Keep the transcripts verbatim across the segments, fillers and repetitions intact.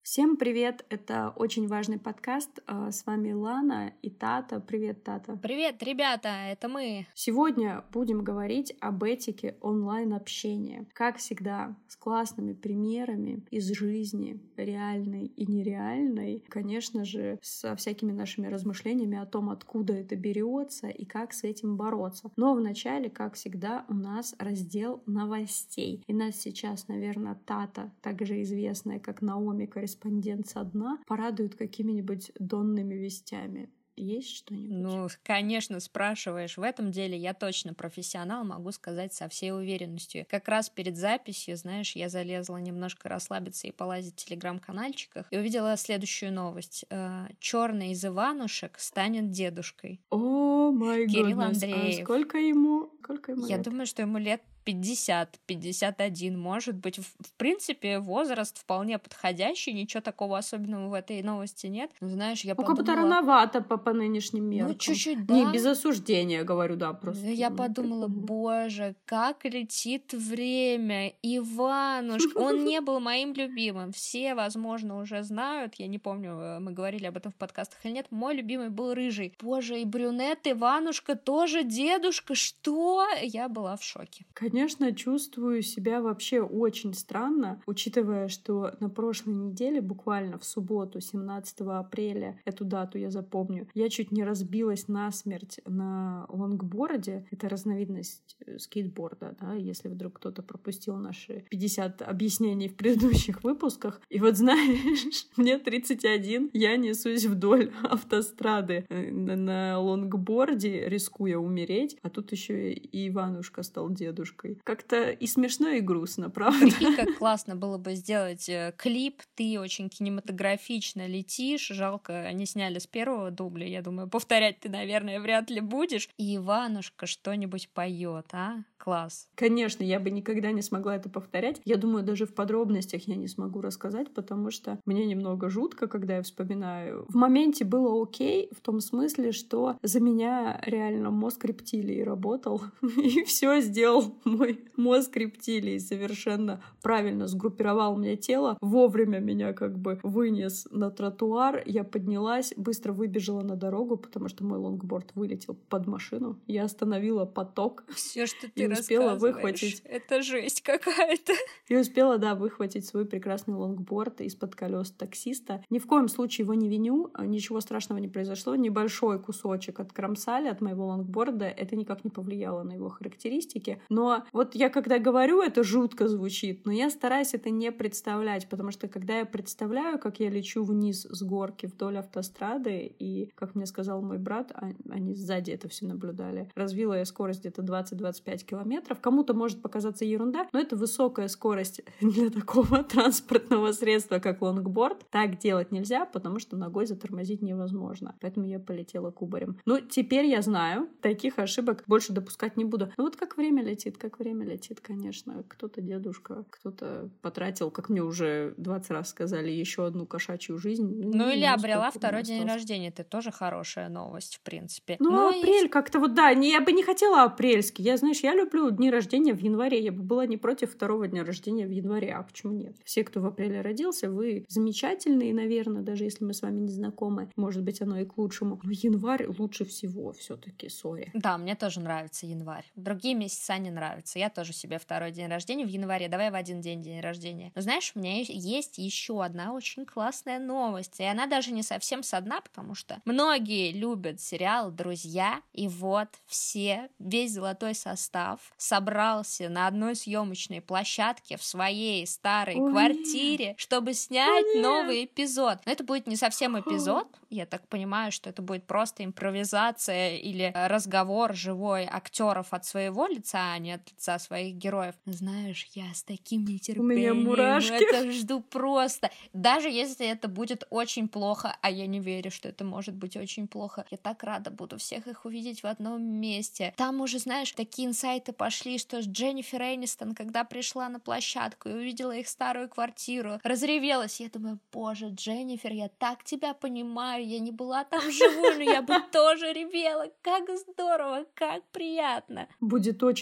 Всем привет! Это очень важный подкаст. С вами Лана и Тата. Привет, Тата. Привет, ребята, это мы. Сегодня будем говорить об этике онлайн-общения. Как всегда, с классными примерами из жизни, реальной и нереальной. Конечно же, со всякими нашими размышлениями о том, откуда это берется и как с этим бороться. Но вначале, как всегда, у нас раздел новостей. И нас сейчас, наверное, Тата, также известная как Наоми, корреспондент со дна, порадуют какими-нибудь донными вестями. Есть что-нибудь? Ну, конечно, спрашиваешь. В этом деле я точно профессионал, могу сказать со всей уверенностью. Как раз перед записью, знаешь, я залезла немножко расслабиться и полазить в телеграм-канальчиках и увидела следующую новость. Черный из Иванушек станет дедушкой. О, май год. Кирилл Андреев. А сколько ему? Сколько ему я лет? думаю, что ему лет пятьдесят, пятьдесят один, может быть. В, в принципе, возраст вполне подходящий, ничего такого особенного в этой новости нет. Но, знаешь, я ну, подумала... как будто рановато по, по нынешним меркам. Ну, чуть-чуть, да. Не, без осуждения, говорю, да, просто. Я ну, подумала, прикольно. боже, как летит время. Иванушка, он не был моим любимым. Все, возможно, уже знают, я не помню, мы говорили об этом в подкастах или нет, мой любимый был рыжий. Боже, и брюнет Иванушка тоже дедушка, что? Я была в шоке. Конечно, чувствую себя вообще очень странно, учитывая, что на прошлой неделе, буквально в субботу, семнадцатого апреля, эту дату я запомню, я чуть не разбилась насмерть на лонгборде. Это разновидность скейтборда, да, если вдруг кто-то пропустил наши пятьдесят объяснений в предыдущих выпусках. И вот знаешь, мне тридцать один, я несусь вдоль автострады на, на лонгборде, рискуя умереть, а тут еще и Иванушка стал дедушкой. Как-то и смешно, и грустно, правда? Прикинь, как классно было бы сделать э, клип, ты очень кинематографично летишь, жалко, они сняли с первого дубля, я думаю, повторять ты, наверное, вряд ли будешь, и Иванушка что-нибудь поет, а? Класс. Конечно, я бы никогда не смогла это повторять. Я думаю, даже в подробностях я не смогу рассказать, потому что мне немного жутко, когда я вспоминаю. В моменте было окей, в том смысле, что за меня реально мозг рептилии работал, и все сделал мой мозг рептилии, совершенно правильно сгруппировал мне тело, вовремя меня как бы вынес на тротуар, я поднялась, быстро выбежала на дорогу, потому что мой лонгборд вылетел под машину. Я остановила поток. Все, что ты и успела выхватить. Это жесть какая-то. И успела, да, выхватить свой прекрасный лонгборд из-под колес таксиста. Ни в коем случае его не виню, ничего страшного не произошло. Небольшой кусочек откромсали от моего лонгборда, это никак не повлияло на его характеристики. Но вот я когда говорю, это жутко звучит, но я стараюсь это не представлять, потому что когда я представляю, как я лечу вниз с горки вдоль автострады, и, как мне сказал мой брат, они сзади это все наблюдали, развила я скорость где-то двадцать-двадцать пять километров. Кому-то может показаться ерунда, но это высокая скорость для такого транспортного средства, как лонгборд. Так делать нельзя, потому что ногой затормозить невозможно. Поэтому я полетела кубарем. Ну, теперь я знаю, таких ошибок больше допускать не буду. Ну вот как время летит, как время летит, конечно. Кто-то дедушка, кто-то потратил, как мне уже двадцать раз сказали, еще одну кошачью жизнь. Ну, или обрела второй день рождения. Это тоже хорошая новость, в принципе. Ну, ну апрель и... как-то вот, да, не, я бы не хотела апрельский. Я, знаешь, я люблю дни рождения в январе. Я бы была не против второго дня рождения в январе. А почему нет? Все, кто в апреле родился, вы замечательные, наверное, даже если мы с вами не знакомы. Может быть, оно и к лучшему. Но январь лучше всего все-таки, сори. Да, мне тоже нравится январь. Другие месяца не нравятся. Я тоже себе второй день рождения в январе. Давай в один день день рождения. Но знаешь, у меня есть еще одна очень классная новость. И она даже не совсем со дна, потому что многие любят сериал «Друзья». И вот все, весь золотой состав собрался на одной съемочной площадке в своей старой Ой, квартире, нет. чтобы снять Ой, новый эпизод. Но это будет не совсем эпизод. Я так понимаю, что это будет просто импровизация или разговор живой актеров от своего лица, а не от лица своих героев. Знаешь, я с таким нетерпением У меня мурашки. это жду просто. Даже если это будет очень плохо, а я не верю, что это может быть очень плохо, я так рада буду всех их увидеть в одном месте. Там уже, знаешь, такие инсайты пошли, что Дженнифер Энистон, когда пришла на площадку и увидела их старую квартиру, разревелась. Я думаю, боже, Дженнифер, я так тебя понимаю, я не была там живой, но я бы тоже ревела. Как здорово, как приятно. Будет очень приятно.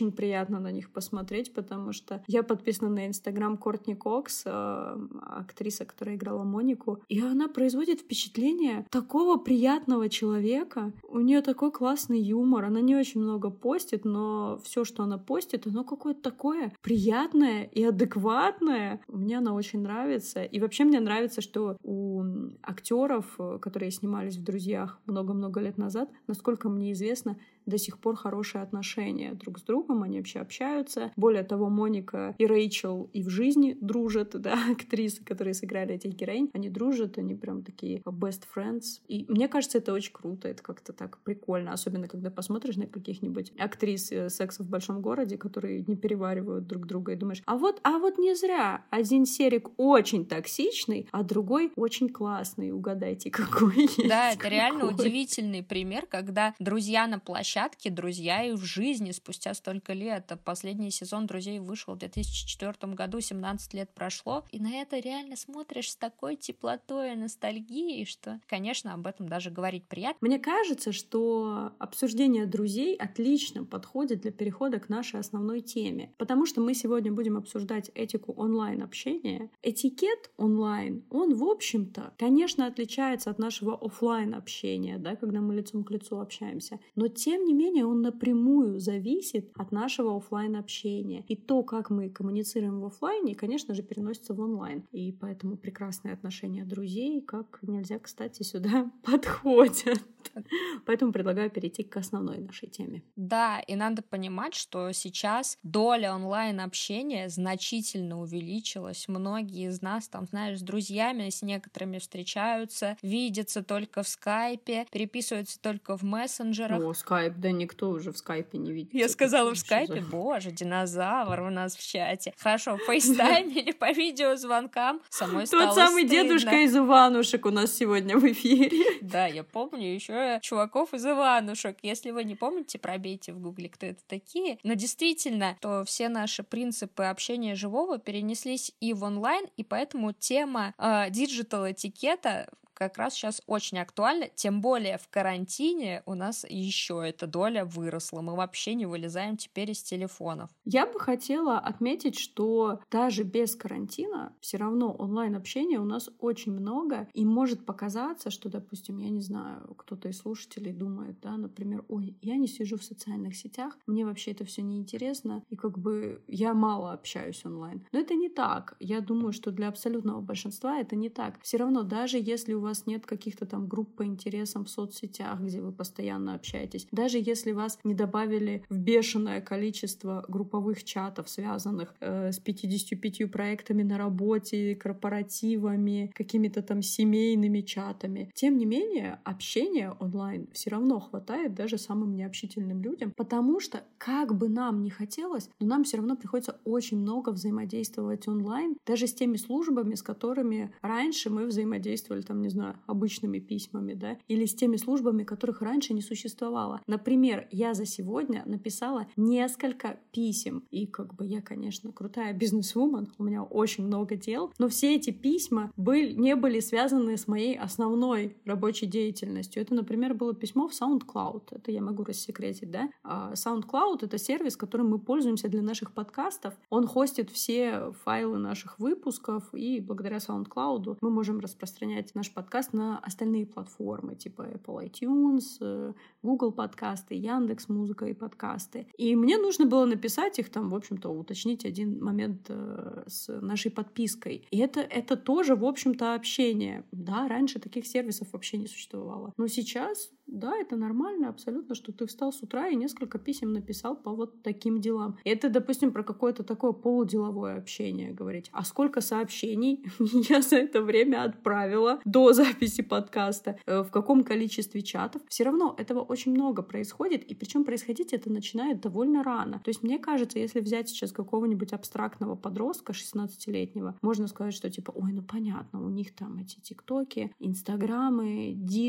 приятно на них посмотреть, потому что я подписана на инстаграм Кортни Кокс, актриса, которая играла Монику, и она производит впечатление такого приятного человека. У нее такой классный юмор, она не очень много постит, но все, что она постит, оно какое-то такое приятное и адекватное. Мне она очень нравится. И вообще мне нравится, что у актеров, которые снимались в «Друзьях» много-много лет назад, насколько мне известно, до сих пор хорошие отношения друг с другом, они вообще общаются. Более того, Моника и Рэйчел и в жизни дружат, да, актрисы, которые сыграли этих героинь, они дружат, они прям такие best friends. И мне кажется, это очень круто, это как-то так прикольно, особенно когда посмотришь на каких-нибудь актрис «Секса в большом городе», которые не переваривают друг друга, и думаешь, а вот, а вот не зря. Один серик очень токсичный, а другой очень классный. Угадайте, какой есть. Да, это какой. реально удивительный пример, когда друзья на площадке, друзья и в жизни спустя столько лет. Последний сезон «Друзей» вышел в две тысячи четвёртом году, семнадцать лет прошло, и на это реально смотришь с такой теплотой и ностальгией, что, конечно, об этом даже говорить приятно. Мне кажется, что обсуждение друзей отлично подходит для перехода к нашей основной теме, потому что мы сегодня будем обсуждать этику онлайн-общения. Этикет онлайн, он, в общем-то, конечно, отличается от нашего офлайн-общения, да, когда мы лицом к лицу общаемся, но тем не менее он напрямую зависит от нашего офлайн-общения. И то, как мы коммуницируем в офлайне, конечно же, переносится в онлайн. И поэтому прекрасные отношения друзей как нельзя, кстати, сюда подходят. Поэтому предлагаю перейти к основной нашей теме. Да, и надо понимать, что сейчас доля онлайн-общения значительно увеличилась. Многие из нас, там, знаешь, с друзьями, с некоторыми встречаются, видятся только в скайпе, переписываются только в мессенджерах. О, скайп, да никто уже в скайпе не видит. Я сказала в скайпе, боже, динозавр у нас в чате. Хорошо, в фейстайме или по видеозвонкам. Самой стало Тот самый стыдно. дедушка из Иванушек у нас сегодня в эфире. Да, я помню еще чуваков из Иванушек. Если вы не помните, пробейте в гугле, кто это такие. Но действительно, то все наши принципы общения живого перенеслись и в онлайн, и поэтому тема диджитал-этикета как раз сейчас очень актуально, тем более в карантине у нас еще эта доля выросла. Мы вообще не вылезаем теперь из телефонов. Я бы хотела отметить, что даже без карантина все равно онлайн-общения у нас очень много, и может показаться, что, допустим, я не знаю, кто-то из слушателей думает, да, например, ой, я не сижу в социальных сетях, мне вообще это все неинтересно, и как бы я мало общаюсь онлайн. Но это не так. Я думаю, что для абсолютного большинства это не так. Все равно, даже если у вас нет каких-то там групп по интересам в соцсетях, где вы постоянно общаетесь, даже если вас не добавили в бешеное количество групповых чатов, связанных э, с пятьюдесятью пятью проектами на работе, корпоративами, какими-то там семейными чатами, тем не менее, общения онлайн все равно хватает даже самым необщительным людям, потому что, как бы нам ни хотелось, но нам все равно приходится очень много взаимодействовать онлайн, даже с теми службами, с которыми раньше мы взаимодействовали, там, не знаю, обычными письмами, да, или с теми службами, которых раньше не существовало. Например, я за сегодня написала несколько писем, и как бы я, конечно, крутая бизнес-вумен, у меня очень много дел, но все эти письма были, не были связаны с моей основной рабочей деятельностью. Это, например, было письмо в SoundCloud, это я могу рассекретить, да. SoundCloud — это сервис, которым мы пользуемся для наших подкастов. Он хостит все файлы наших выпусков, и благодаря SoundCloud мы можем распространять наш подкаст на остальные платформы, типа Apple iTunes, Google подкасты, Яндекс.Музыка и подкасты. И мне нужно было написать их там, в общем-то, уточнить один момент э, с нашей подпиской. И это, это тоже, в общем-то, общение. Да, раньше таких сервисов вообще не существовало. Но сейчас, да, это нормально абсолютно, что ты встал с утра и несколько писем написал по вот таким делам. И это, допустим, про какое-то такое полуделовое общение говорить. А сколько сообщений я за это время отправила до записи подкаста, в каком количестве чатов. Все равно этого очень много происходит, и причем происходить это начинает довольно рано. То есть мне кажется, если взять сейчас какого-нибудь абстрактного подростка шестнадцатилетнего, можно сказать, что типа, ой, ну понятно, у них там эти тиктоки, инстаграмы, директ,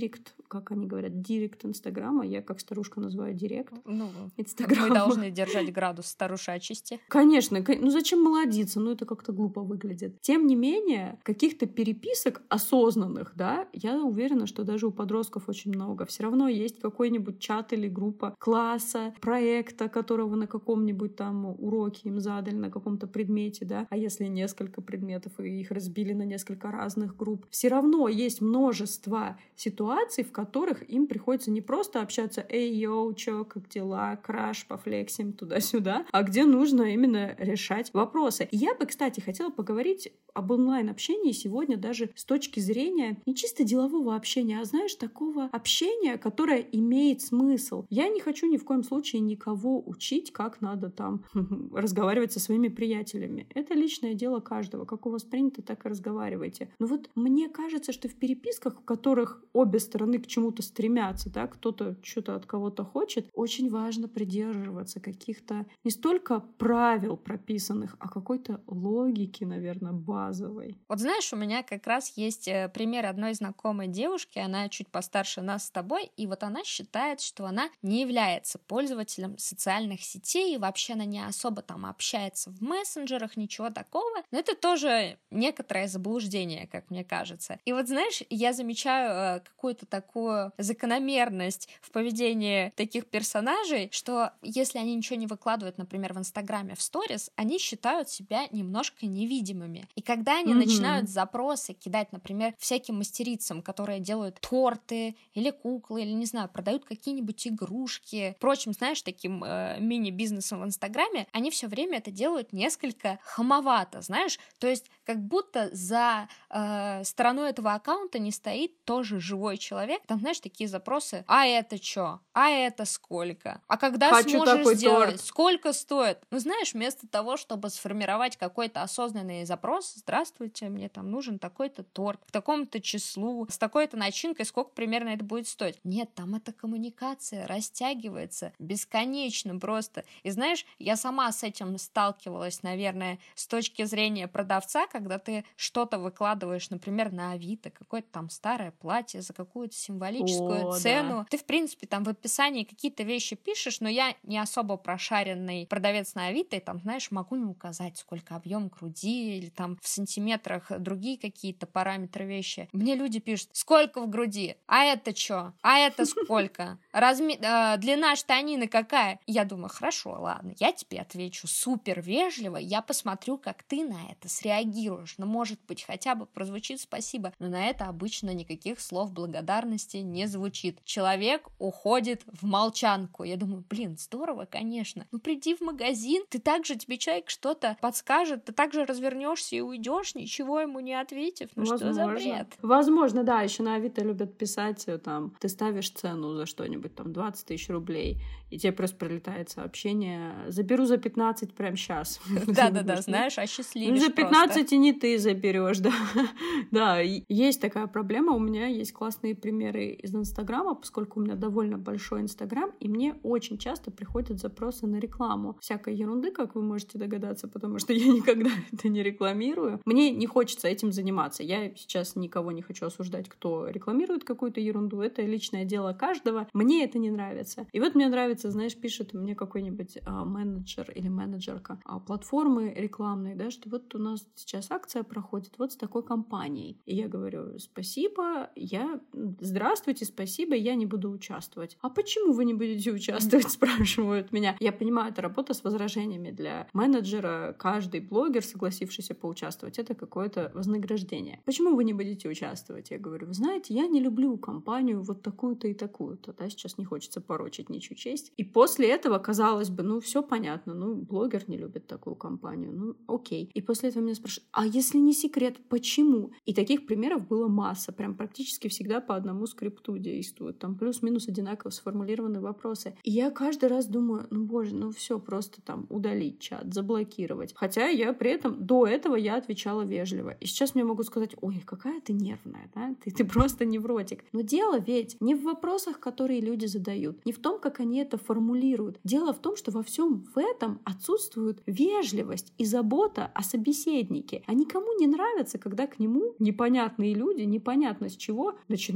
как они говорят, директ Инстаграма. Я как старушка называю директ Ну, Инстаграма. мы должны держать градус старушачести. Конечно. Ну зачем молодиться? Ну это как-то глупо выглядит. Тем не менее, каких-то переписок осознанных, да, я уверена, что даже у подростков очень много. Все равно есть какой-нибудь чат или группа класса, проекта, которого на каком-нибудь там уроке им задали, на каком-то предмете, да, а если несколько предметов и их разбили на несколько разных групп, все равно есть множество ситуаций, в которых им приходится не просто общаться «Эй, йоу, чё, как дела, краш, пофлексим туда-сюда», а где нужно именно решать вопросы. И я бы, кстати, хотела поговорить об онлайн-общении сегодня даже с точки зрения не чисто делового общения, а, знаешь, такого общения, которое имеет смысл. Я не хочу ни в коем случае никого учить, как надо там разговаривать со своими приятелями. Это личное дело каждого. Как у вас принято, так и разговаривайте. Но вот мне кажется, что в переписках, в которых обе стороны к чему-то стремятся, да, кто-то что-то от кого-то хочет, очень важно придерживаться каких-то не столько правил прописанных, а какой-то логики, наверное, базовой. Вот знаешь, у меня как раз есть пример одной знакомой девушки, она чуть постарше нас с тобой, и вот она считает, что она не является пользователем социальных сетей, и вообще она не особо там общается в мессенджерах, ничего такого, но это тоже некоторое заблуждение, как мне кажется. И вот знаешь, я замечаю э, какую-то такую закономерность в поведении таких персонажей, что если они ничего не выкладывают, например, в Инстаграме, в сторис, они считают себя немножко невидимыми. И когда они mm-hmm. начинают запросы кидать, например, всяким мастерицам, которые делают торты или куклы, или, не знаю, продают какие-нибудь игрушки, впрочем, знаешь, таким э, мини-бизнесом в Инстаграме, они все время это делают несколько хамовато, знаешь, то есть как будто за э, стороной этого аккаунта не стоит тоже живой человек. Там, знаешь, такие запросы: а это что? А это сколько? А когда Хочу сможешь сделать? Торт. Сколько стоит? Ну, знаешь, вместо того, чтобы сформировать какой-то осознанный запрос: здравствуйте, мне там нужен такой-то торт к такому-то числу, с такой-то начинкой, сколько примерно это будет стоить? Нет, там эта коммуникация растягивается бесконечно просто. И знаешь, я сама с этим сталкивалась, наверное, с точки зрения продавца, когда ты что-то выкладываешь, например, на Авито, какое-то там старое платье за какую-то символическую О, цену. да. Ты, в принципе, там в описании какие-то вещи пишешь, но я не особо прошаренный продавец на Авито, и там, знаешь, могу не указать, сколько объем груди, или там в сантиметрах другие какие-то параметры вещи. Мне люди пишут: сколько в груди? А это что? А это сколько? Разми... э, длина штанины какая? Я думаю, хорошо, ладно, я тебе отвечу супер вежливо, я посмотрю, как ты на это среагируешь. Ну, может быть, хотя бы прозвучит спасибо, но на это обычно никаких слов благодарности не звучит. Человек уходит в молчанку. Я думаю, блин, здорово, конечно. Ну, приди в магазин, ты также, тебе человек что-то подскажет, ты также развернешься и уйдешь, ничего ему не ответив. Ну, Возможно. что за бред? Возможно, да. Еще на Авито любят писать, там, ты ставишь цену за что-нибудь, там, двадцать тысяч рублей, и тебе просто прилетает сообщение: заберу за пятнадцать прямо сейчас. Да-да-да, знаешь, осчастливишь просто. За пятнадцать просто. И не ты заберешь, да. Да, есть такая проблема. У меня есть классные примеры из Инстаграма, поскольку у меня довольно большой Инстаграм, и мне очень часто приходят запросы на рекламу всякой ерунды, как вы можете догадаться, потому что я никогда это не рекламирую. Мне не хочется этим заниматься. Я сейчас никого не хочу осуждать, кто рекламирует какую-то ерунду. Это личное дело каждого. Мне это не нравится. И вот мне нравится, знаешь, пишет мне какой-нибудь а, менеджер или менеджерка а, платформы рекламной, да, что вот у нас сейчас акция проходит вот с такой компанией. И я говорю: спасибо, я... Здравствуйте, спасибо, я не буду участвовать. А почему вы не будете участвовать, спрашивают меня. Я понимаю, это работа с возражениями для менеджера. Каждый блогер, согласившийся поучаствовать, это какое-то вознаграждение. Почему вы не будете участвовать? Я говорю: вы знаете, я не люблю компанию вот такую-то и такую-то. Да, сейчас не хочется порочить ничью честь. И после этого, казалось бы, ну, все понятно. Ну, блогер не любит такую компанию. Ну, окей. И после этого меня спрашивают: а если не секрет, почему? И таких примеров было масса. Прям практически всегда по одному скрипту действуют. Там плюс-минус одинаково сформулированы вопросы. И я каждый раз думаю: ну, боже, ну все, просто там удалить чат, заблокировать. Хотя я при этом, до этого я отвечала вежливо. И сейчас мне могут сказать: ой, какая ты нервная, да? Ты, ты просто невротик. Но дело ведь не в вопросах, которые люди задают, не в том, как они это формулируют. Дело в том, что во всем в этом отсутствует вежливость и забота о собеседнике. А никому не нравится, когда к нему непонятные люди, непонятно с чего, начинают обращаться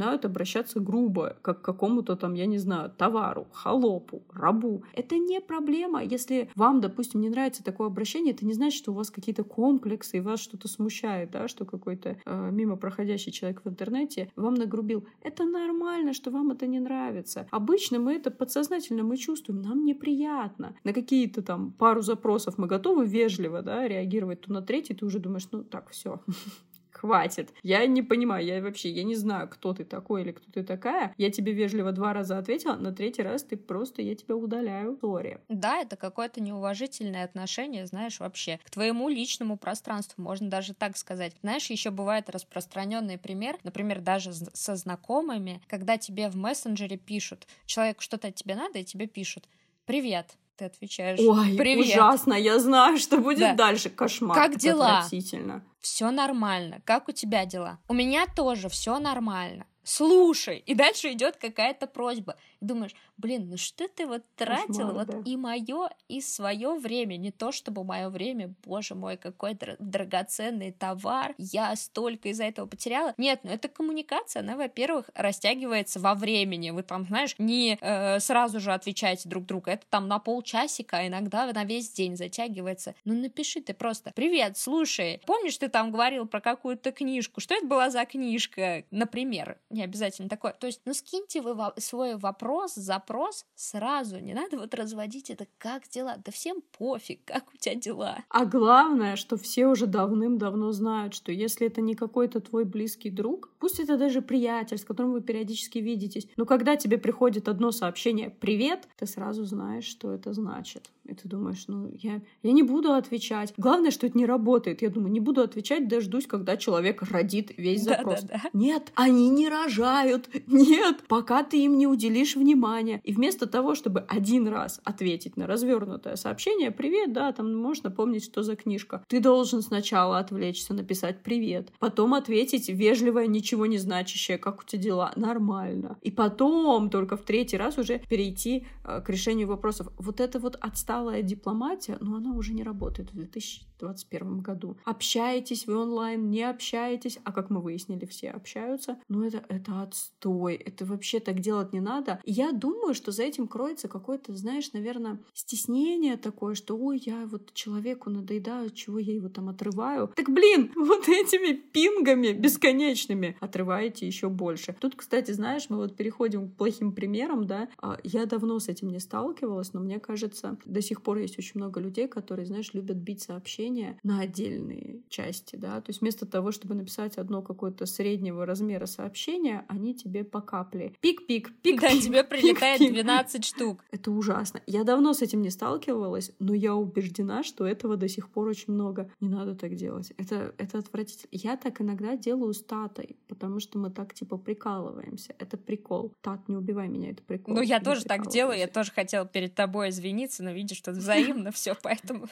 обращаться грубо, как к какому-то там, я не знаю, товару, холопу, рабу. Это не проблема. Если вам, допустим, не нравится такое обращение, это не значит, что у вас какие-то комплексы и вас что-то смущает, да, что какой-то э, мимо проходящий человек в интернете вам нагрубил. Это нормально, что вам это не нравится. Обычно мы это подсознательно мы чувствуем, нам неприятно. На какие-то там пару запросов мы готовы вежливо, да, реагировать, то на третий ты уже думаешь, ну так, все. Хватит. Я не понимаю, я вообще, я не знаю, кто ты такой или кто ты такая. Я тебе вежливо два раза ответила, на третий раз ты просто, я тебя удаляю. Сори. Да, это какое-то неуважительное отношение, знаешь, вообще к твоему личному пространству, можно даже так сказать. Знаешь, еще бывает распространенный пример, например, даже со знакомыми, когда тебе в мессенджере пишут, человеку что-то от тебя надо, и тебе пишут: «Привет». Ты отвечаешь: «Ой, привет». Ужасно, я знаю, что будет да. дальше. Кошмар. Как это дела? Отвратительно. Все нормально. Как у тебя дела? У меня тоже все нормально. Слушай, и дальше идет какая-то просьба. И думаешь, блин, ну что ты вот тратила Кошмар, вот да. и мое, и свое время. Не то чтобы мое время, боже мой, какой др- драгоценный товар. Я столько из-за этого потеряла. Нет, ну эта коммуникация, она, во-первых, растягивается во времени. Вы там, знаешь, не э, сразу же отвечаете друг другу. Это там на полчасика, а иногда на весь день затягивается. Ну напиши ты просто: привет, слушай, помнишь, ты там говорил про какую-то книжку? Что это была за книжка? Например. Не обязательно такое. То есть, ну скиньте вы во- свой вопрос, запрос сразу. Не надо вот разводить это: как дела? Да всем пофиг, как у тебя дела. А главное, что все уже давным-давно знают, что если это не какой-то твой близкий друг, пусть это даже приятель, с которым вы периодически видитесь, но когда тебе приходит одно сообщение «Привет», ты сразу знаешь, что это значит. И ты думаешь, ну, я, я не буду отвечать. Главное, что это не работает. Я думаю, не буду отвечать, дождусь, когда человек родит весь запрос. Да, да, да. Нет, они не рожают. Нет, пока ты им не уделишь внимания. И вместо того, чтобы один раз ответить на развернутое сообщение «Привет», да, там можешь напомнить, что за книжка, ты должен сначала отвлечься, написать «Привет», потом ответить вежливое, ничего не значащее «Как у тебя дела?» Нормально. И потом только в третий раз уже перейти э, к решению вопросов. Вот это вот отсталая дипломатия, но она уже не работает в две тысячи двадцать первом году. Общаетесь вы онлайн, не общаетесь, а как мы выяснили, все общаются. Ну это, это отстой. Это вообще так делать не надо. И я думаю, что за этим кроется какое-то, знаешь, наверное, стеснение такое, что ой, я вот человеку надоедаю, чего я его там отрываю. Так блин, вот этими пингами бесконечными отрываете еще больше. Тут, кстати, знаешь, мы вот переходим к плохим примерам, да. Я давно с этим не сталкивалась, но мне кажется, до сих пор есть очень много людей, которые, знаешь, любят бить сообщения на отдельные части, да, то есть вместо того, чтобы написать одно какое-то среднего размера сообщение, они тебе по капле. Пик-пик, пик-пик. Да, тебе прилетает двенадцать штук. Это ужасно. Я давно с этим не сталкивалась, но я убеждена, что этого до сих пор очень много. Не надо так делать. Это, это отвратительно. Я так иногда делаю с Татой, потому что мы так типа прикалываемся. Это прикол. Тат, не убивай меня, это прикол. Ну, я тоже так делаю, я тоже хотела перед тобой извиниться, но видишь, что взаимно все, поэтому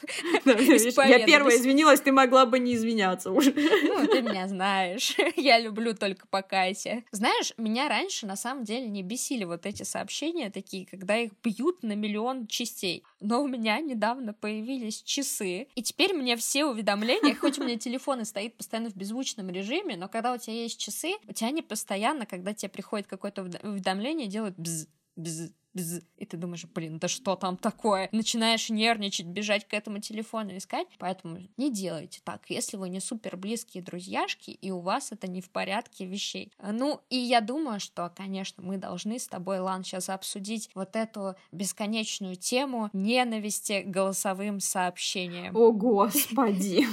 я первая извинилась, ты могла бы не извиняться уже. Ну, ты меня знаешь. Я люблю только покайся. Знаешь, меня раньше на самом деле не бесили вот эти сообщения такие, когда их бьют на миллион частей. Но у меня недавно появились часы, и теперь мне все уведомления, хоть у меня телефон и стоит постоянно в беззвучном режиме, но когда у тебя есть часы, у тебя они постоянно, когда тебе приходит какое-то уведомление, делают бз, бз, бз. И ты думаешь, блин, да что там такое? Начинаешь нервничать, бежать к этому телефону искать. Поэтому не делайте так, если вы не супер близкие друзьяшки, и у вас это не в порядке вещей. Ну, и я думаю, что, конечно, мы должны с тобой, Лан, сейчас обсудить вот эту бесконечную тему ненависти к голосовым сообщениям. О, Господи!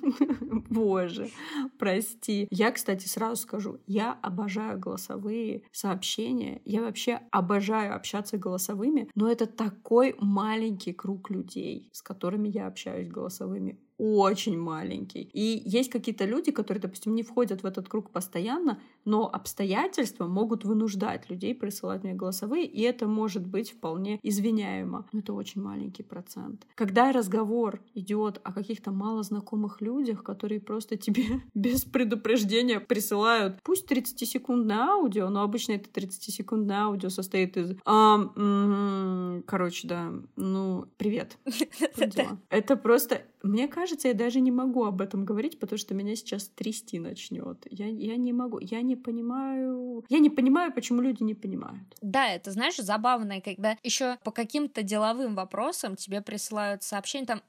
Боже, прости. Я, кстати, сразу скажу, я обожаю голосовые сообщения. Я вообще обожаю общаться голосовыми, но это такой маленький круг людей, с которыми я общаюсь голосовыми. Очень маленький. И есть какие-то люди, которые, допустим, не входят в этот круг постоянно, но обстоятельства могут вынуждать людей присылать мне голосовые, и это может быть вполне извиняемо. Но это очень маленький процент. Когда разговор идет о каких-то малознакомых людях, которые просто тебе без предупреждения присылают, пусть тридцатисекундное аудио, но обычно это тридцатисекундное аудио состоит из а, м-м, короче, да, ну, привет. Это просто Мне кажется, я даже не могу об этом говорить, потому что меня сейчас трясти начнет. Я, я не могу, я не понимаю... Я не понимаю, почему люди не понимают. Да, это, знаешь, забавно, когда еще по каким-то деловым вопросам тебе присылают сообщения там...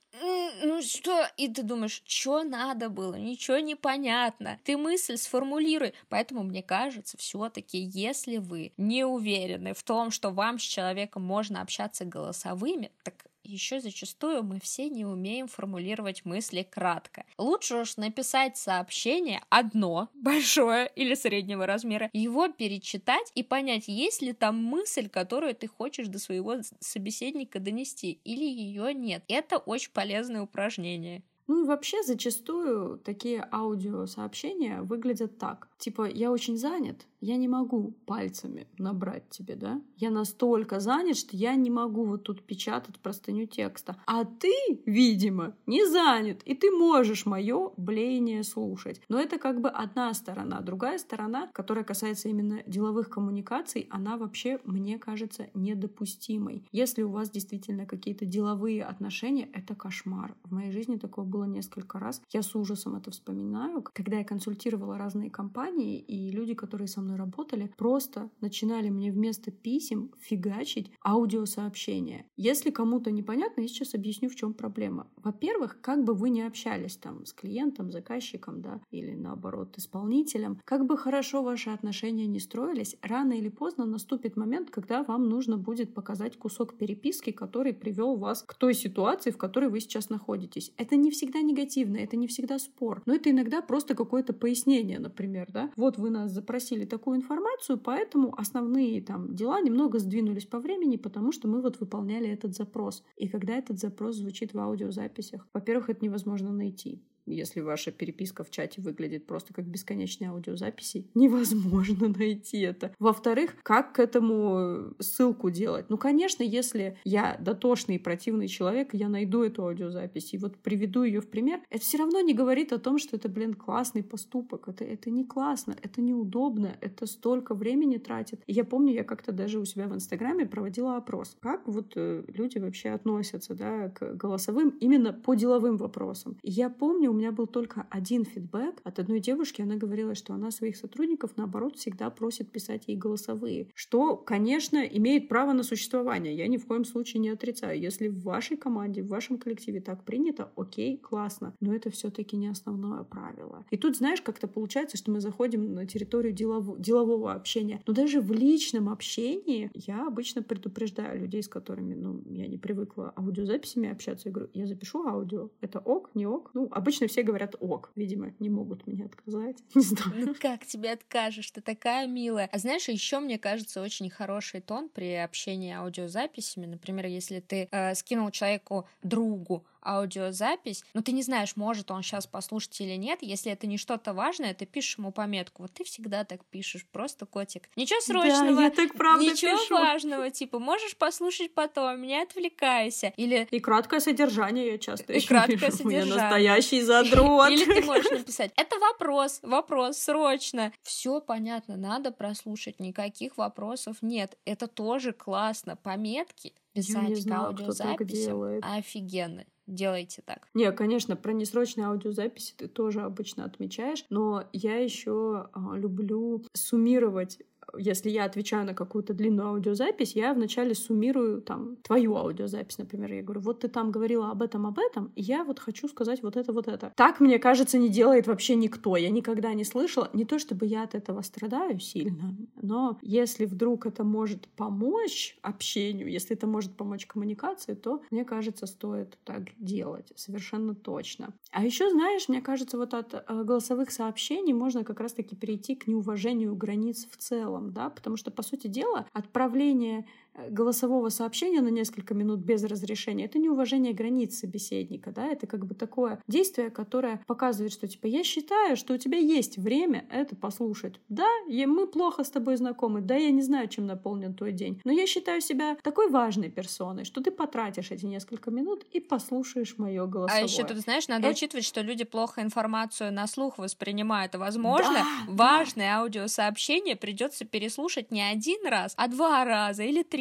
Ну что? И ты думаешь, что надо было? Ничего не понятно. Ты мысль сформулируй. Поэтому, мне кажется, все-таки, если вы не уверены в том, что вам с человеком можно общаться голосовыми, так еще зачастую мы все не умеем формулировать мысли кратко. Лучше уж написать сообщение одно, большое или среднего размера, его перечитать и понять, есть ли там мысль, которую ты хочешь до своего собеседника донести, или ее нет. Это очень полезное упражнение. Ну и вообще зачастую такие аудиосообщения выглядят так. Типа, я очень занят, я не могу пальцами набрать тебе, да? Я настолько занят, что я не могу вот тут печатать простыню текста. А ты, видимо, не занят, и ты можешь мое блеяние слушать. Но это как бы одна сторона. Другая сторона, которая касается именно деловых коммуникаций, она вообще, мне кажется, недопустимой. Если у вас действительно какие-то деловые отношения, это кошмар. В моей жизни такое было несколько раз. Я с ужасом это вспоминаю. Когда я консультировала разные компании, и люди, которые со мной работали, просто начинали мне вместо писем фигачить аудиосообщения. Если кому-то непонятно, я сейчас объясню, в чем проблема. Во-первых, как бы вы ни общались там с клиентом, заказчиком, да, или наоборот исполнителем, как бы хорошо ваши отношения не строились, рано или поздно наступит момент, когда вам нужно будет показать кусок переписки, который привел вас к той ситуации, в которой вы сейчас находитесь. Это не всегда негативно, это не всегда спор, но это иногда просто какое-то пояснение, например, да. Вот вы нас запросили такую информацию, поэтому основные там дела немного сдвинулись по времени, потому что мы вот выполняли этот запрос. И когда этот запрос звучит в аудиозаписях, во-первых, это невозможно найти. Если ваша переписка в чате выглядит просто как бесконечные аудиозаписи, невозможно найти это. Во-вторых, как к этому ссылку делать? Ну, конечно, если я дотошный и противный человек, я найду эту аудиозапись и вот приведу ее в пример, это все равно не говорит о том, что это, блин, классный поступок. Это, это не классно, это неудобно, это столько времени тратит. И я помню, я как-то даже у себя в Инстаграме проводила опрос. Как вот э, люди вообще относятся, да, к голосовым именно по деловым вопросам. И я помню, у меня был только один фидбэк от одной девушки. Она говорила, что она своих сотрудников, наоборот, всегда просит писать ей голосовые. Что, конечно, имеет право на существование. Я ни в коем случае не отрицаю. Если в вашей команде, в вашем коллективе так принято, окей, классно. Но это все-таки не основное правило. И тут, знаешь, как-то получается, что мы заходим на территорию делов... делового общения. Но даже в личном общении я обычно предупреждаю людей, с которыми, ну, я не привыкла аудиозаписями общаться. Я говорю, я запишу аудио. Это ок, не ок? Ну, обычно все говорят ок. Видимо, не могут мне отказать. Не знаю. Ну как тебе откажешь? Ты такая милая. А знаешь, еще, мне кажется, очень хороший тон при общении аудиозаписями. Например, если ты э, скинул человеку, другу, аудиозапись, но ты не знаешь, может он сейчас послушать или нет. Если это не что-то важное, ты пишешь ему пометку. Вот ты всегда так пишешь, просто котик. Ничего срочного, да, я так правда ничего пишу. важного, типа можешь послушать потом, не отвлекайся. Или... И краткое содержание я часто И еще краткое пишу. содержание. Я настоящий задрот. Или ты можешь написать, это вопрос, вопрос, срочно. Все понятно, надо прослушать, никаких вопросов нет. Это тоже классно. Пометки писать к аудиозаписям офигенно. Делайте так. Не, конечно, про несрочные аудиозаписи ты тоже обычно отмечаешь, но я еще а, люблю суммировать. Если я отвечаю на какую-то длинную аудиозапись, я вначале суммирую там твою аудиозапись, например. Я говорю, вот ты там говорила об этом, об этом, и я вот хочу сказать вот это, вот это. Так, мне кажется, не делает вообще никто. Я никогда не слышала. Не то чтобы я от этого страдаю сильно, но если вдруг это может помочь общению, если это может помочь коммуникации, то, мне кажется, стоит так делать. Совершенно точно. А еще, знаешь, мне кажется, вот от э, голосовых сообщений можно как раз-таки перейти к неуважению границ в целом. Да? Потому что, по сути дела, отправление голосового сообщения на несколько минут без разрешения — это неуважение границ собеседника, да, это как бы такое действие, которое показывает, что типа я считаю, что у тебя есть время это послушать. Да, я, мы плохо с тобой знакомы, да, я не знаю, чем наполнен твой день, но я считаю себя такой важной персоной, что ты потратишь эти несколько минут и послушаешь мое голосовое. А еще тут, знаешь, надо это... учитывать, что люди плохо информацию на слух воспринимают, и, возможно, да, важное да. аудиосообщение придется переслушать не один раз, а два раза или три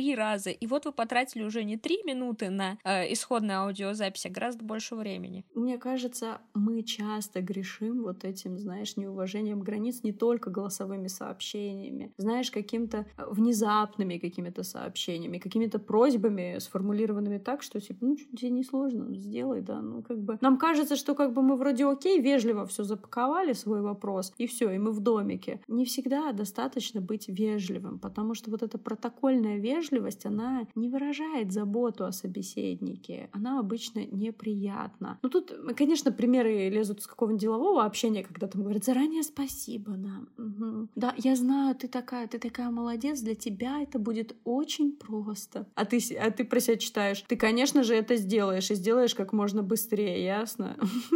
три раза. И вот вы потратили уже не три минуты на э, исходную аудиозапись, а гораздо больше времени. Мне кажется, мы часто грешим вот этим, знаешь, неуважением границ не только голосовыми сообщениями, знаешь, каким-то внезапными какими-то сообщениями, какими-то просьбами, сформулированными так, что типа, ну, тебе не сложно, сделай, да, ну, как бы. Нам кажется, что как бы мы вроде окей, вежливо все запаковали, свой вопрос, и все, и мы в домике. Не всегда достаточно быть вежливым, потому что вот эта протокольная вежливость, она не выражает заботу о собеседнике, она обычно неприятна. Ну, тут, конечно, примеры лезут с какого-нибудь делового общения, когда там говорят заранее спасибо, да, угу. Да, я знаю, ты такая, ты такая молодец, для тебя это будет очень просто. А ты, а ты про себя читаешь, ты, конечно же, это сделаешь, и сделаешь как можно быстрее, ясно?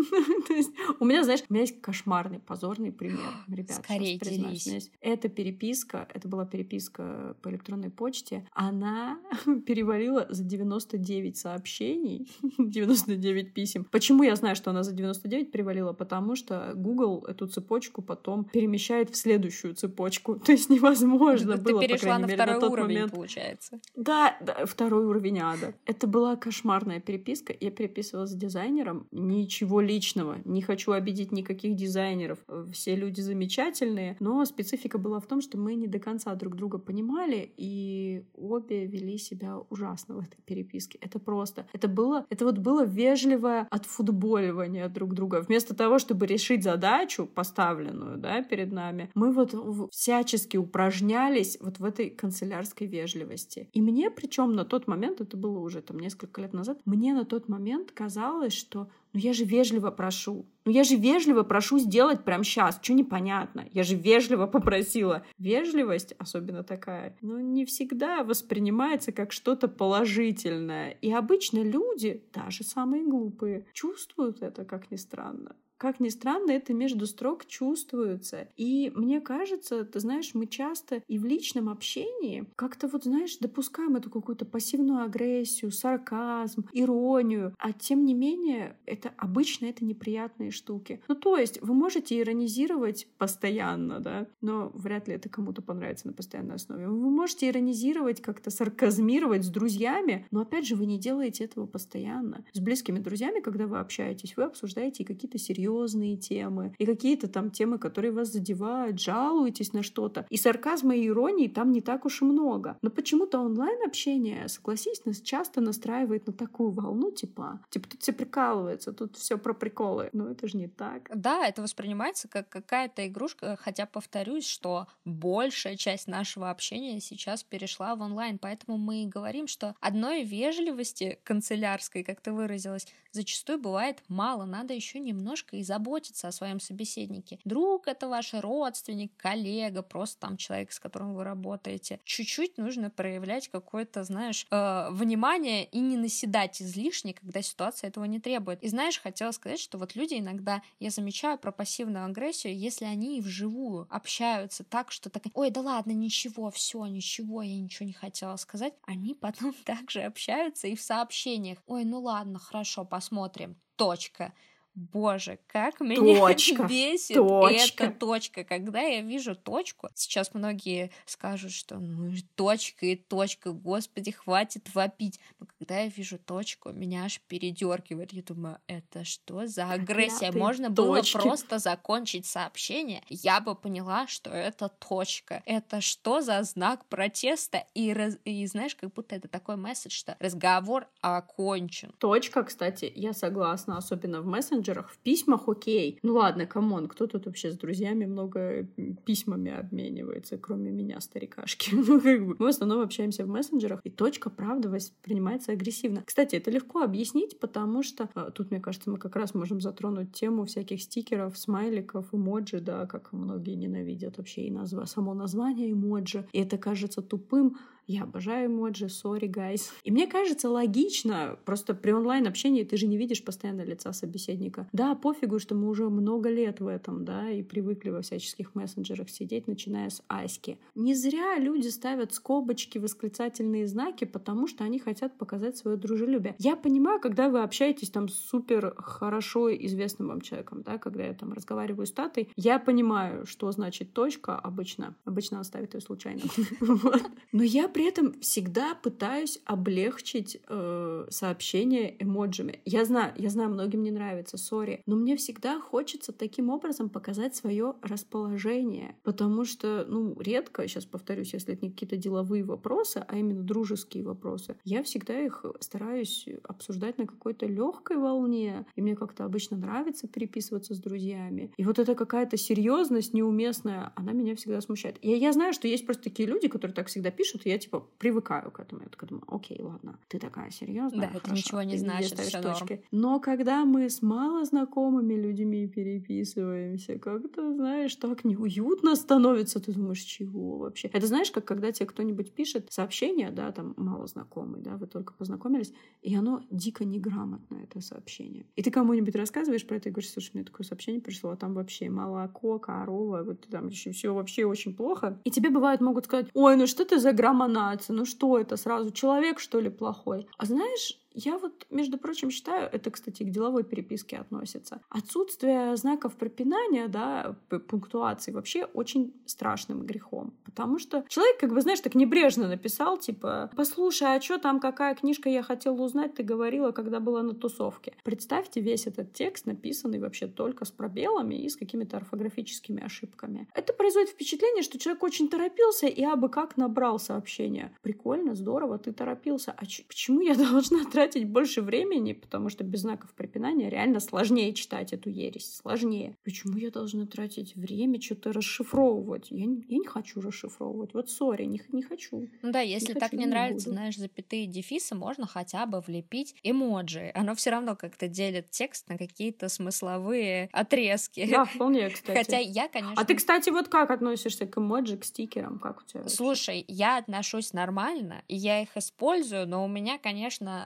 То есть у меня, знаешь, у меня есть кошмарный, позорный пример, ребят. Скорее делись. Эта переписка, это была переписка по электронной почте, она перевалила за девяносто девять сообщений, девяносто девять писем. Почему я знаю, что она за девяносто девять перевалила? Потому что Google эту цепочку потом перемещает в следующую цепочку. То есть невозможно Ты было, по перешла крайней на мере, второй на тот уровень, момент. Получается. Да, да, второй уровень ада. Это была кошмарная переписка. Я переписывалась с дизайнером. Ничего личного. Не хочу обидеть никаких дизайнеров. Все люди замечательные. Но специфика была в том, что мы не до конца друг друга понимали, и обе вели себя ужасно в этой переписке. Это просто... Это было... Это вот было вежливое отфутболивание друг друга. Вместо того, чтобы решить задачу, поставленную, да, перед нами, мы вот всячески упражнялись вот в этой канцелярской вежливости. И мне, причем на тот момент, это было уже там несколько лет назад, мне на тот момент казалось, что ну я же вежливо прошу. Ну я же вежливо прошу сделать прямо сейчас. Что непонятно? Я же вежливо попросила. Вежливость, особенно такая, ну не всегда воспринимается как что-то положительное. И обычно люди, даже самые глупые, чувствуют это, как ни странно. Как ни странно, это между строк чувствуется. И мне кажется, ты знаешь, мы часто и в личном общении как-то вот, знаешь, допускаем эту какую-то пассивную агрессию, сарказм, иронию. А тем не менее, это обычно это неприятные штуки. Ну, то есть вы можете иронизировать постоянно, да, но вряд ли это кому-то понравится на постоянной основе. Вы можете иронизировать, как-то сарказмировать с друзьями, но, опять же, вы не делаете этого постоянно. С близкими друзьями, когда вы общаетесь, вы обсуждаете какие-то серьезные темы и какие-то там темы, которые вас задевают, жалуетесь на что-то. И сарказма и иронии там не так уж и много. Но почему-то онлайн-общение, согласись, нас часто настраивает на такую волну, типа, типа тут все прикалываются, тут все про приколы. Но это же не так. Да, это воспринимается как какая-то игрушка, хотя повторюсь, что большая часть нашего общения сейчас перешла в онлайн, поэтому мы и говорим, что одной вежливости канцелярской, как ты выразилась, зачастую бывает мало, надо еще немножко и заботиться о своем собеседнике. Друг — это ваш родственник, коллега, просто там человек, с которым вы работаете. Чуть-чуть нужно проявлять какое-то, знаешь, э, внимание и не наседать излишне, когда ситуация этого не требует. И знаешь, хотела сказать, что вот люди иногда, я замечаю про пассивную агрессию, если они и вживую общаются так, что так, ой, да ладно, ничего, все, ничего, я ничего не хотела сказать, они потом также общаются и в сообщениях. Ой, ну ладно, хорошо, посмотрим. Точка. Боже, как меня точка, бесит точка. эта точка. Когда я вижу точку, сейчас многие скажут, что ну точка и точка, господи, хватит вопить. Но когда я вижу точку, меня аж передергивает. Я думаю, это что за агрессия? Проклятые Можно точки. было просто закончить сообщение. Я бы поняла, что это точка. Это что за знак протеста? И, раз... и знаешь, как будто это такой месседж, что разговор окончен. Точка, кстати, я согласна, особенно в мессенджерах. В письмах окей. Ну ладно, камон, кто тут вообще с друзьями много письмами обменивается, кроме меня, старикашки? Ну, как бы. Мы в основном общаемся в мессенджерах, и точка, правда, воспринимается агрессивно. Кстати, это легко объяснить, потому что а, тут, мне кажется, мы как раз можем затронуть тему всяких стикеров, смайликов, эмоджи, да, как многие ненавидят вообще и назва, само название эмоджи. И это кажется тупым. Я обожаю эмоджи, sorry, guys. И мне кажется логично, просто при онлайн-общении ты же не видишь постоянно лица собеседника. Да, пофигу, что мы уже много лет в этом, да, и привыкли во всяческих мессенджерах сидеть, начиная с Аськи. Не зря люди ставят скобочки, восклицательные знаки, потому что они хотят показать свое дружелюбие. Я понимаю, когда вы общаетесь там с супер хорошо известным вам человеком, да, когда я там разговариваю с Татой, я понимаю, что значит точка обычно. Обычно она ставит ее случайно. Но я при этом всегда пытаюсь облегчить э, сообщения эмоджами. Я знаю, я знаю, многим не нравится, сори, но мне всегда хочется таким образом показать свое расположение, потому что, ну, редко, сейчас повторюсь, если это не какие-то деловые вопросы, а именно дружеские вопросы, я всегда их стараюсь обсуждать на какой-то легкой волне, и мне как-то обычно нравится переписываться с друзьями. И вот эта какая-то серьезность неуместная, она меня всегда смущает. Я, я знаю, что есть просто такие люди, которые так всегда пишут, и я типа привыкаю к этому. Я такая думаю, окей, ладно, ты такая серьезная. Да, это ничего не значит, все норм. Но когда мы с малознакомыми людьми переписываемся, как-то, знаешь, так неуютно становится, ты думаешь, чего вообще? Это знаешь, как когда тебе кто-нибудь пишет сообщение, да, там малознакомый, да, вы только познакомились, и оно дико неграмотное, это сообщение. И ты кому-нибудь рассказываешь про это и говоришь, слушай, мне такое сообщение пришло, а там вообще молоко, корова, вот там еще все вообще очень плохо. И тебе бывает могут сказать, ой, ну что ты за граммонация, ну что это сразу, человек что ли плохой? А знаешь, я вот, между прочим, считаю, это, кстати, к деловой переписке относится, отсутствие знаков препинания, да, пунктуации вообще очень страшным грехом. Потому что человек, как бы, знаешь, так небрежно написал, типа, послушай, а что там, какая книжка я хотела узнать, ты говорила, когда была на тусовке. Представьте весь этот текст, написанный вообще только с пробелами и с какими-то орфографическими ошибками. Это производит впечатление, что человек очень торопился и абы как набрал сообщение. Прикольно, здорово, ты торопился. А ч- почему я должна тратить тратить больше времени, потому что без знаков препинания реально сложнее читать эту ересь, сложнее. Почему я должна тратить время что-то расшифровывать? Я не, я не хочу расшифровывать. Вот сори, не, не хочу. Ну да, если не так хочу, не не нравится, буду. знаешь, запятые, дефисы, можно хотя бы влепить эмоджи. Оно все равно как-то делит текст на какие-то смысловые отрезки. Да, вполне, кстати. Хотя я, конечно... А ты, кстати, вот как относишься к эмоджи, к стикерам? Как у тебя? Слушай, я отношусь нормально, и я их использую, но у меня, конечно,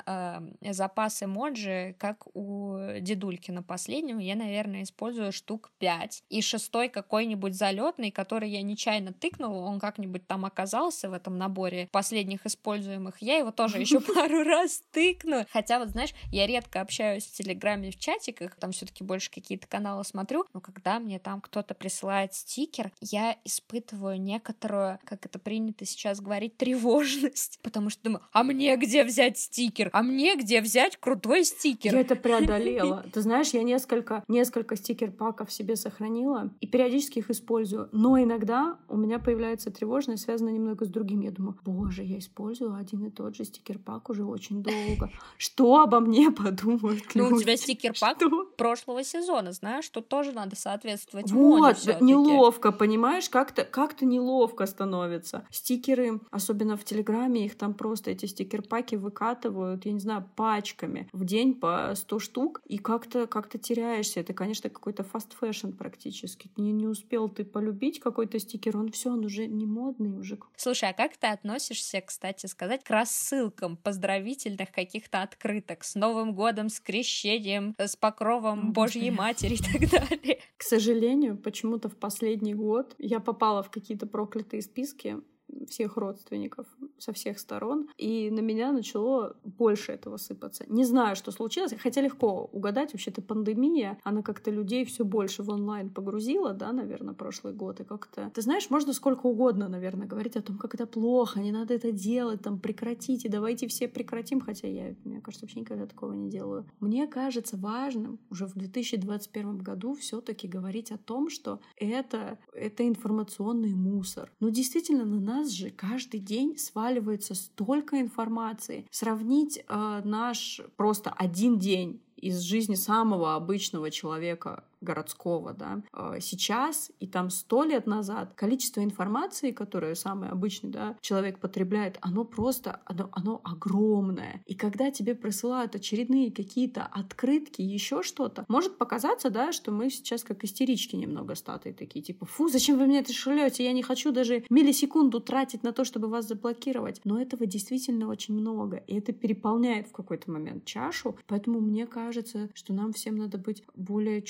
запас эмоджи, как у дедулькина последнего, я, наверное, использую штук пять. И шестой какой-нибудь залетный, который я нечаянно тыкнула, он как-нибудь там оказался в этом наборе последних используемых, я его тоже еще пару раз тыкну. Хотя вот, знаешь, я редко общаюсь в Телеграме, в чатиках, там все-таки больше какие-то каналы смотрю, но когда мне там кто-то присылает стикер, я испытываю некоторую, как это принято сейчас говорить, тревожность, потому что думаю, а мне где взять стикер? А мне где взять крутой стикер? Я это преодолела. Ты знаешь, я несколько, несколько стикер-паков себе сохранила и периодически их использую. Но иногда у меня появляется тревожность, связанная немного с другим. Я думаю, боже, я использую один и тот же стикер-пак уже очень долго. Что обо мне подумают люди? Ну, у тебя стикер-пак Что? прошлого сезона, знаешь, тут тоже надо соответствовать Вот, моде неловко, понимаешь? Как-то, как-то неловко становится. Стикеры, особенно в Телеграме, их там просто эти стикер-паки выкатывают, я не знаю, пачками в день по сто штук, и как-то, как-то теряешься. Это, конечно, какой-то фаст-фэшн практически. Не, не успел ты полюбить какой-то стикер, он все, он уже не модный, уже... Слушай, а как ты относишься, кстати сказать, к рассылкам поздравительных каких-то открыток с Новым годом, с крещением, с покровом О, Божьей Господи. Матери и так далее? К сожалению, почему-то в последний год я попала в какие-то проклятые списки всех родственников со всех сторон, и на меня начало больше этого сыпаться. Не знаю, что случилось, хотя легко угадать, вообще-то пандемия, она как-то людей все больше в онлайн погрузила, да, наверное, прошлый год, и как-то... Ты знаешь, можно сколько угодно, наверное, говорить о том, как это плохо, не надо это делать, там, прекратите, давайте все прекратим, хотя я, мне кажется, вообще никогда такого не делаю. Мне кажется важным уже в две тысячи двадцать первом году все-таки говорить о том, что это, это информационный мусор. Ну, действительно, на нас же каждый день сваливается столько информации. Сравнить э, наш просто один день из жизни самого обычного человека городского, да, сейчас и там сто лет назад количество информации, которое самый обычный, да, человек потребляет, оно просто, оно, оно огромное. И когда тебе присылают очередные какие-то открытки, еще что-то, может показаться, да, что мы сейчас как истерички немного статые такие, типа, фу, зачем вы мне это шлете? Я не хочу даже миллисекунду тратить на то, чтобы вас заблокировать. Но этого действительно очень много, и это переполняет в какой-то момент чашу, поэтому мне кажется, что нам всем надо быть более чувствительными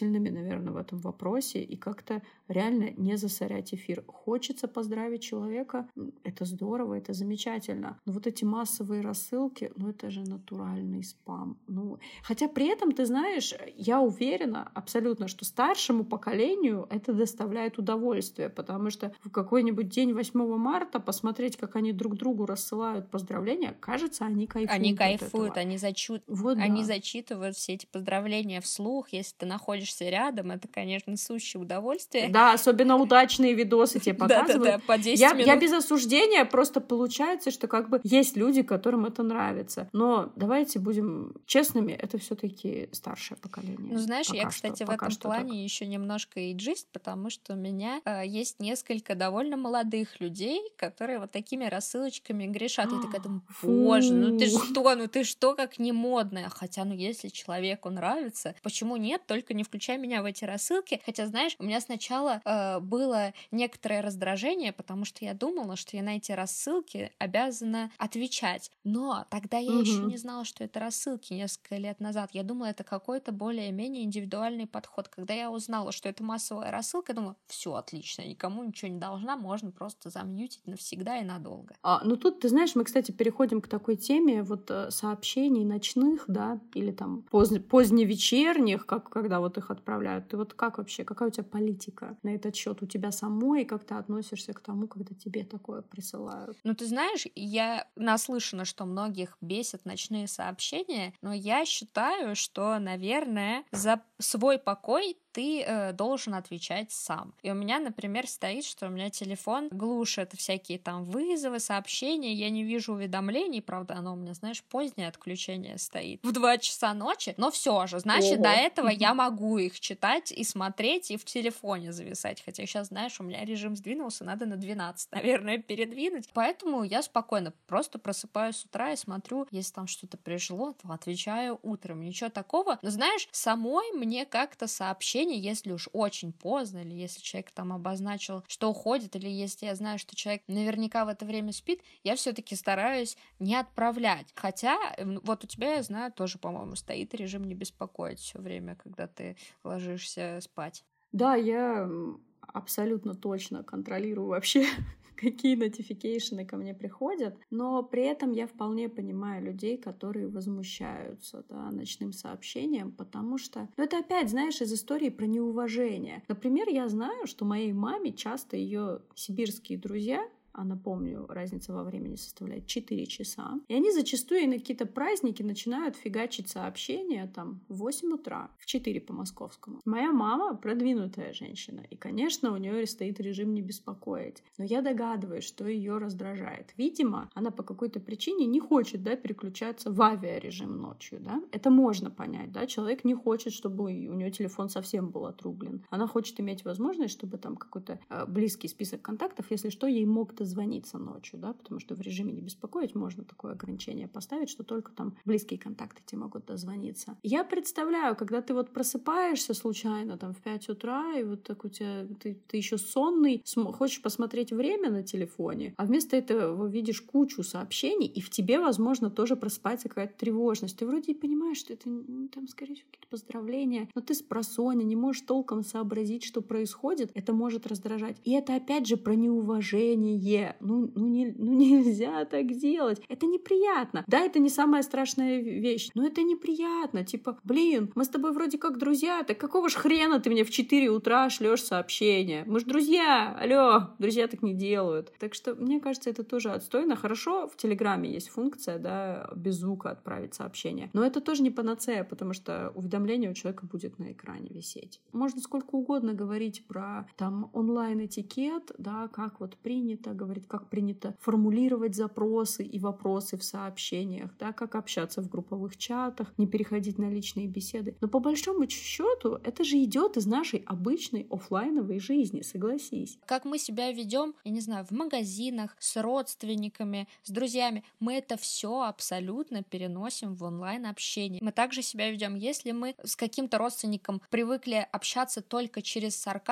решительными, наверное, в этом вопросе и как-то реально не засорять эфир. Хочется поздравить человека, это здорово, это замечательно. Но вот эти массовые рассылки, ну это же натуральный спам. Ну, хотя при этом, ты знаешь, я уверена абсолютно, что старшему поколению это доставляет удовольствие, потому что в какой-нибудь день восьмого марта посмотреть, как они друг другу рассылают поздравления, кажется, они кайфуют. Они кайфуют, они, зачу... вот они да. зачитывают все эти поздравления вслух. Если ты находишься рядом, это, конечно, сущее удовольствие. Да, особенно удачные видосы тебе показывают. Да-да-да, по десять я, минут. Я без осуждения, просто получается, что как бы есть люди, которым это нравится. Но давайте будем честными, это все-таки старшее поколение. Ну, знаешь, пока я, кстати, что, в этом плане так. еще немножко эйджист, потому что у меня э, есть несколько довольно молодых людей, которые вот такими рассылочками грешат. Я такая думаю, боже, ну ты что, ну ты что, как не модная. Хотя, ну если человеку нравится, почему нет? Только не включай меня в эти рассылки. Хотя, знаешь, у меня сначала э, было некоторое раздражение, потому что я думала, что я на эти рассылки обязана отвечать. Но тогда я Угу. еще не знала, что это рассылки несколько лет назад. Я думала, это какой-то более-менее индивидуальный подход. Когда я узнала, что это массовая рассылка, я думала, все отлично, никому ничего не должна, можно просто замьютить навсегда и надолго. А, ну тут, ты знаешь, мы, кстати, переходим к такой теме вот сообщений ночных, да, или там поз... поздневечерних, как, когда вот их отправляют. Ты вот как вообще, какая у тебя политика на этот счет у тебя самой, и как ты относишься к тому, когда тебе такое присылают? Ну, ты знаешь, я наслышана, что многих бесят ночные сообщения, но я считаю, что, наверное, за свой покой ты э, должен отвечать сам. И у меня, например, стоит, что у меня телефон глушит всякие там вызовы, сообщения, я не вижу уведомлений, правда, оно у меня, знаешь, позднее отключение стоит в два часа ночи, но все же, значит, Ого. до этого я могу их читать и смотреть, и в телефоне зависать, хотя сейчас, знаешь, у меня режим сдвинулся, надо на двенадцать, наверное, передвинуть, поэтому я спокойно просто просыпаюсь с утра и смотрю, если там что-то пришло, то отвечаю утром, ничего такого, но, знаешь, самой мне как-то сообщение, если уж очень поздно, или если человек там обозначил, что уходит, или если я знаю, что человек наверняка в это время спит, я все-таки стараюсь не отправлять. Хотя вот у тебя, я знаю, тоже, по-моему, стоит режим не беспокоить все время, когда ты ложишься спать. Да, я абсолютно точно контролирую вообще, какие нотификейшены ко мне приходят, но при этом я вполне понимаю людей, которые возмущаются, да, ночным сообщением, потому что, ну, это опять, знаешь, из истории про неуважение. Например, я знаю, что моей маме часто ее сибирские друзья, а напомню, разница во времени составляет четыре часа. И они зачастую на какие-то праздники начинают фигачить сообщения там в восемь утра, в четыре по московскому. Моя мама продвинутая женщина, и, конечно, у нее стоит режим не беспокоить. Но я догадываюсь, что ее раздражает. Видимо, она по какой-то причине не хочет, да, переключаться в авиарежим ночью, да. Это можно понять, да. Человек не хочет, чтобы у нее телефон совсем был отрублен. Она хочет иметь возможность, чтобы там какой-то э, близкий список контактов, если что, ей мог дозвониться ночью, да, потому что в режиме не беспокоить можно такое ограничение поставить, что только там близкие контакты тебе могут дозвониться. Я представляю, когда ты вот просыпаешься случайно там в пять утра, и вот так у тебя, ты, ты еще сонный, см- хочешь посмотреть время на телефоне, а вместо этого видишь кучу сообщений, и в тебе, возможно, тоже просыпается какая-то тревожность. Ты вроде и понимаешь, что это, ну, там, скорее всего, какие-то поздравления, но ты спросонья, не можешь толком сообразить, что происходит, это может раздражать. И это, опять же, про неуважение. Ну, ну, не, ну нельзя так делать. Это неприятно. Да, это не самая страшная вещь, но это неприятно. Типа, блин, мы с тобой вроде как друзья, так какого ж хрена ты мне в четыре утра шлешь сообщение? Мы ж друзья, алло, друзья так не делают. Так что, мне кажется, это тоже отстойно. Хорошо, в Телеграме есть функция, да, без звука отправить сообщение. Но это тоже не панацея, потому что уведомление у человека будет на экране висеть. Можно сколько угодно говорить про там онлайн-этикет, да, как вот принято говорить, как принято формулировать запросы и вопросы в сообщениях, да, как общаться в групповых чатах, не переходить на личные беседы. Но по большому счету это же идет из нашей обычной офлайновой жизни, согласись. Как мы себя ведем, я не знаю, в магазинах, с родственниками, с друзьями, мы это все абсолютно переносим в онлайн-общение. Мы также себя ведем, если мы с каким-то родственником привыкли общаться только через сарказм,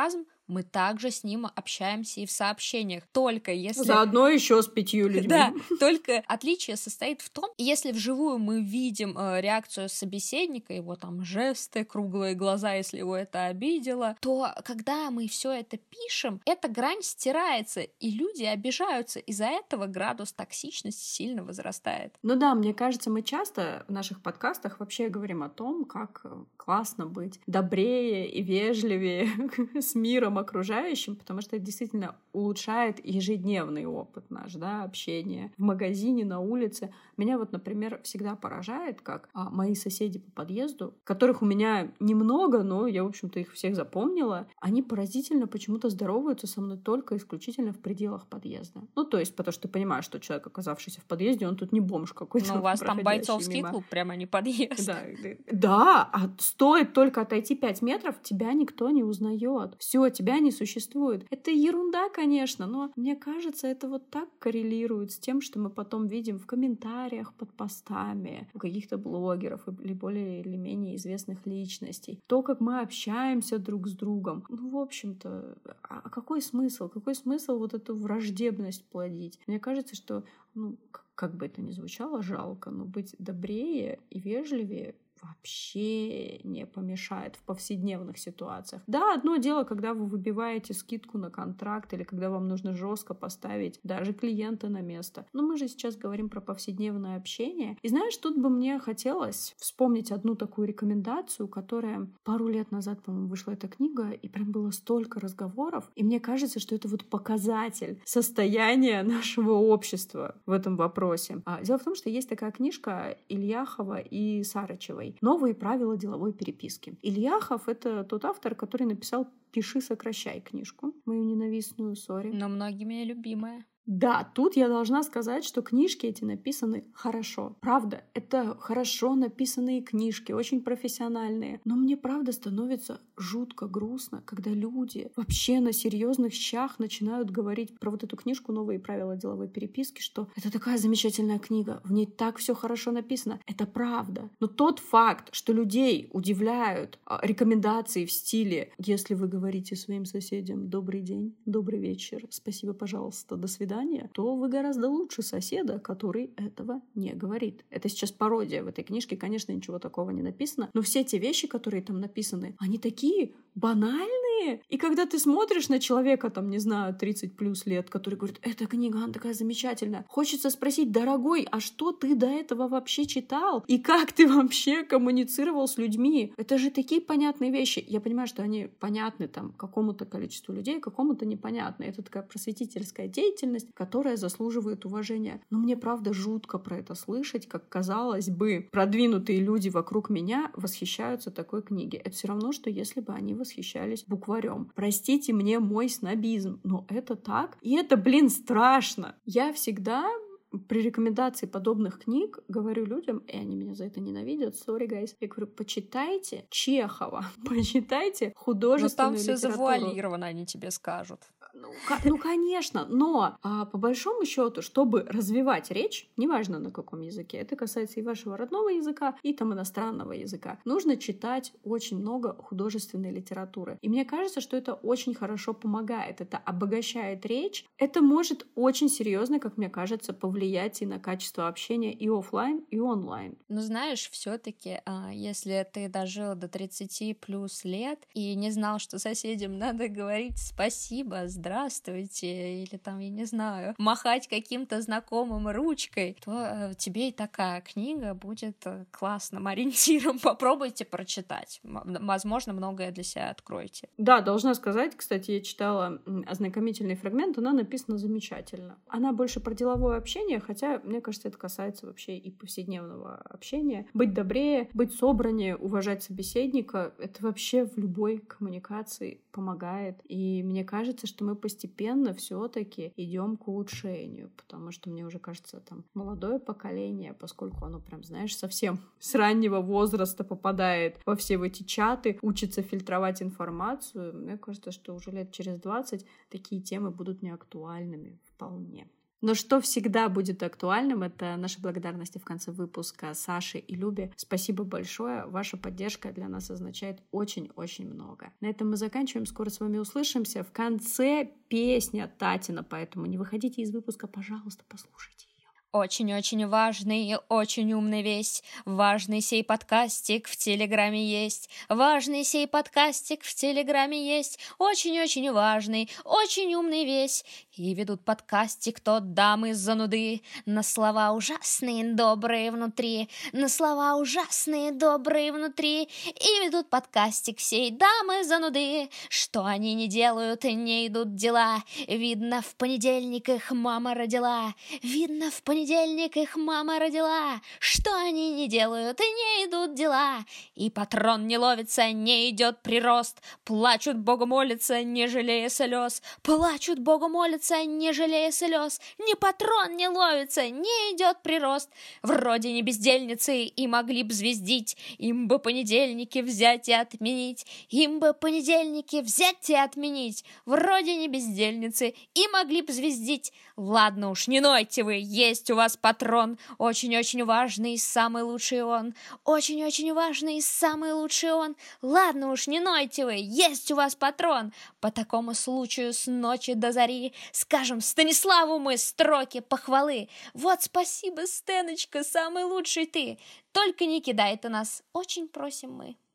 мы также с ним общаемся и в сообщениях. Только если... Заодно еще с пятью людьми. Да, только отличие состоит в том, если вживую мы видим э, реакцию собеседника, его там жесты, круглые глаза, если его это обидело, то когда мы все это пишем, эта грань стирается, и люди обижаются. Из-за этого градус токсичности сильно возрастает. Ну да, мне кажется, мы часто в наших подкастах вообще говорим о том, как классно быть добрее и вежливее с миром окружающим, потому что это действительно улучшает ежедневный опыт наш, да, общение в магазине, на улице. Меня вот, например, всегда поражает, как а, мои соседи по подъезду, которых у меня немного, но я, в общем-то, их всех запомнила, они поразительно почему-то здороваются со мной только исключительно в пределах подъезда. Ну, то есть, потому что ты понимаешь, что человек, оказавшийся в подъезде, он тут не бомж какой-то. Ну, у вас там бойцовский мимо. клуб, прямо не подъезд. Да, да, а стоит только отойти пять метров, тебя никто не узнает. Все, тебя не существует. Это ерунда, конечно, но мне кажется, это вот так коррелирует с тем, что мы потом видим в комментариях под постами у каких-то блогеров или более или менее известных личностей. То, как мы общаемся друг с другом. Ну, в общем-то, а какой смысл? Какой смысл вот эту враждебность плодить? Мне кажется, что, ну, как бы это ни звучало, жалко, но быть добрее и вежливее вообще не помешает в повседневных ситуациях. Да, одно дело, когда вы выбиваете скидку на контракт или когда вам нужно жестко поставить даже клиента на место. Но мы же сейчас говорим про повседневное общение. И знаешь, тут бы мне хотелось вспомнить одну такую рекомендацию, которая пару лет назад, по-моему, вышла эта книга, и прям было столько разговоров. И мне кажется, что это вот показатель состояния нашего общества в этом вопросе. А, дело в том, что есть такая книжка Ильяхова и Сарычевой «Новые правила деловой переписки». Ильяхов — это тот автор, который написал «Пиши, сокращай» книжку, мою ненавистную, сори. Но многими любимая. Да, тут я должна сказать, что книжки эти написаны хорошо. Правда, это хорошо написанные книжки, очень профессиональные. Но мне, правда, становится жутко грустно, когда люди вообще на серьезных щах начинают говорить про вот эту книжку «Новые правила деловой переписки», что это такая замечательная книга, в ней так все хорошо написано. Это правда. Но тот факт, что людей удивляют рекомендации в стиле «Если вы говорите своим соседям «добрый день», «добрый вечер», «спасибо, пожалуйста», «до свидания», то вы гораздо лучше соседа, который этого не говорит. Это сейчас пародия. В этой книжке, конечно, ничего такого не написано, но все те вещи, которые там написаны, они такие банальные. И когда ты смотришь на человека, там, не знаю, тридцать плюс лет, который говорит, эта книга, она такая замечательная, хочется спросить, дорогой, а что ты до этого вообще читал? И как ты вообще коммуницировал с людьми? Это же такие понятные вещи. Я понимаю, что они понятны там какому-то количеству людей, какому-то непонятны. Это такая просветительская деятельность, которая заслуживает уважения. Но мне, правда, жутко про это слышать, как, казалось бы, продвинутые люди вокруг меня восхищаются такой книгой. Это все равно, что если бы они восхищались букварем. Простите мне мой снобизм, но это так. И это, блин, страшно. Я всегда при рекомендации подобных книг говорю людям, и они меня за это ненавидят, sorry, guys, я говорю, почитайте Чехова, почитайте художественную литературу. Но там все завуалировано, они тебе скажут. Ну, ну, конечно, но а, по большому счету, чтобы развивать речь, неважно на каком языке, это касается и вашего родного языка, и там иностранного языка, нужно читать очень много художественной литературы. И мне кажется, что это очень хорошо помогает, это обогащает речь, это может очень серьезно, как мне кажется, повлиять и на качество общения и офлайн, и онлайн. Ну, знаешь, все-таки, если ты дожил до тридцати плюс лет и не знал, что соседям надо говорить спасибо, здравствуйте, или там, я не знаю, махать каким-то знакомым ручкой, то э, тебе и такая книга будет классным ориентиром. Попробуйте прочитать. Возможно, многое для себя откроете. Да, должна сказать, кстати, я читала ознакомительный фрагмент, она написана замечательно. Она больше про деловое общение, хотя, мне кажется, это касается вообще и повседневного общения. Быть добрее, быть собраннее, уважать собеседника, это вообще в любой коммуникации помогает. И мне кажется, что мы постепенно все-таки идем к улучшению, потому что мне уже кажется, там молодое поколение, поскольку оно прям, знаешь, совсем с раннего возраста попадает во все в эти чаты, учится фильтровать информацию, мне кажется, что уже лет через двадцать такие темы будут неактуальными вполне. Но что всегда будет актуальным, это наши благодарности в конце выпуска Саше и Любе. Спасибо большое. Ваша поддержка для нас означает очень-очень много. На этом мы заканчиваем. Скоро с вами услышимся. В конце песня Татина, поэтому не выходите из выпуска, пожалуйста, послушайте. Очень-очень важный и очень умный весь, важный сей подкастик в Телеграме есть, важный сей подкастик в Телеграме есть, очень-очень важный, очень умный весь. И ведут подкастик тот дамы зануды, на слова ужасные, добрые внутри, на слова ужасные, добрые внутри. И ведут подкастик сей дамы зануды, что они не делают и не идут дела. Видно, в понедельник их мама родила, видно, в понедельник понедельник их мама родила, что они не делают и не идут дела. И патрон не ловится, не идет прирост, плачут Богу молятся, не жалея слез, плачут Богу молятся, не жалея слез. Ни патрон не ловится, не идет прирост. Вроде не бездельницы и могли б звездить, им бы понедельники взять и отменить, им бы понедельники взять и отменить. Вроде не бездельницы и могли б звездить. Ладно уж, не нойте вы, есть у вас патрон, очень-очень важный и самый лучший он, очень-очень важный и самый лучший он. Ладно уж, не нойте вы, есть у вас патрон. По такому случаю с ночи до зари скажем Станиславу мы строки похвалы. Вот спасибо, Стеночка, самый лучший ты. Только не кидай ты нас, очень просим мы.